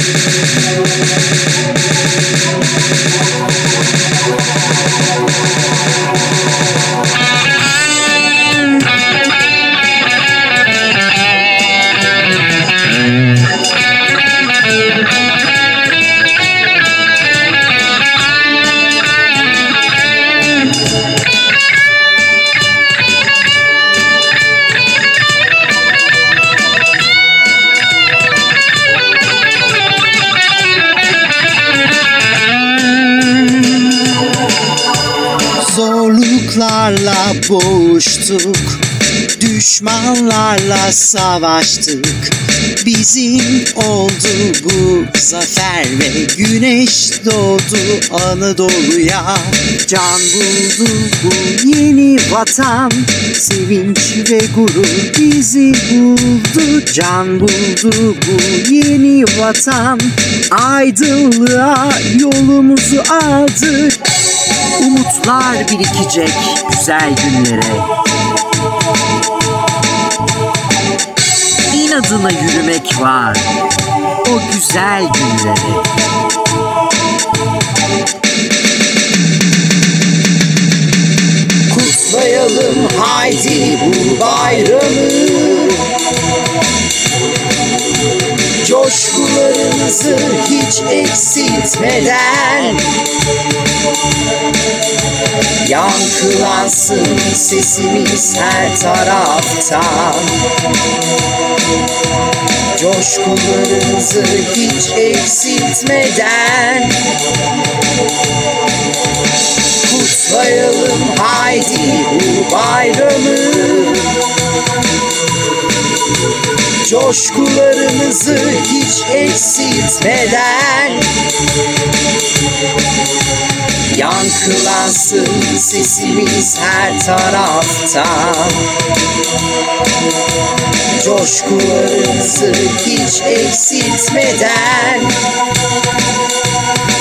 Zorluklarla boğuştuk, düşmanlarla savaştık. Bizim oldu bu zafer ve güneş doğdu Anadolu'ya. Can buldu bu yeni vatan, sevinç ve gurur bizi buldu. Can buldu bu yeni vatan, aydınlığa yolumuzu aldı. Umutlar birikecek güzel günlere. İnadına yürümek var o güzel günlere. Kutlayalım haydi bu bayramı, coşkularımızı hiç eksiltmeden. Yankılansın sesimiz her taraftan. Coşkularımızı hiç eksiltmeden. Kutlayalım haydi bu bayramı, coşkularımızı hiç eksiltmeden. Yankılansın sesimiz her taraftan. Coşkularımızı hiç eksiltmeden.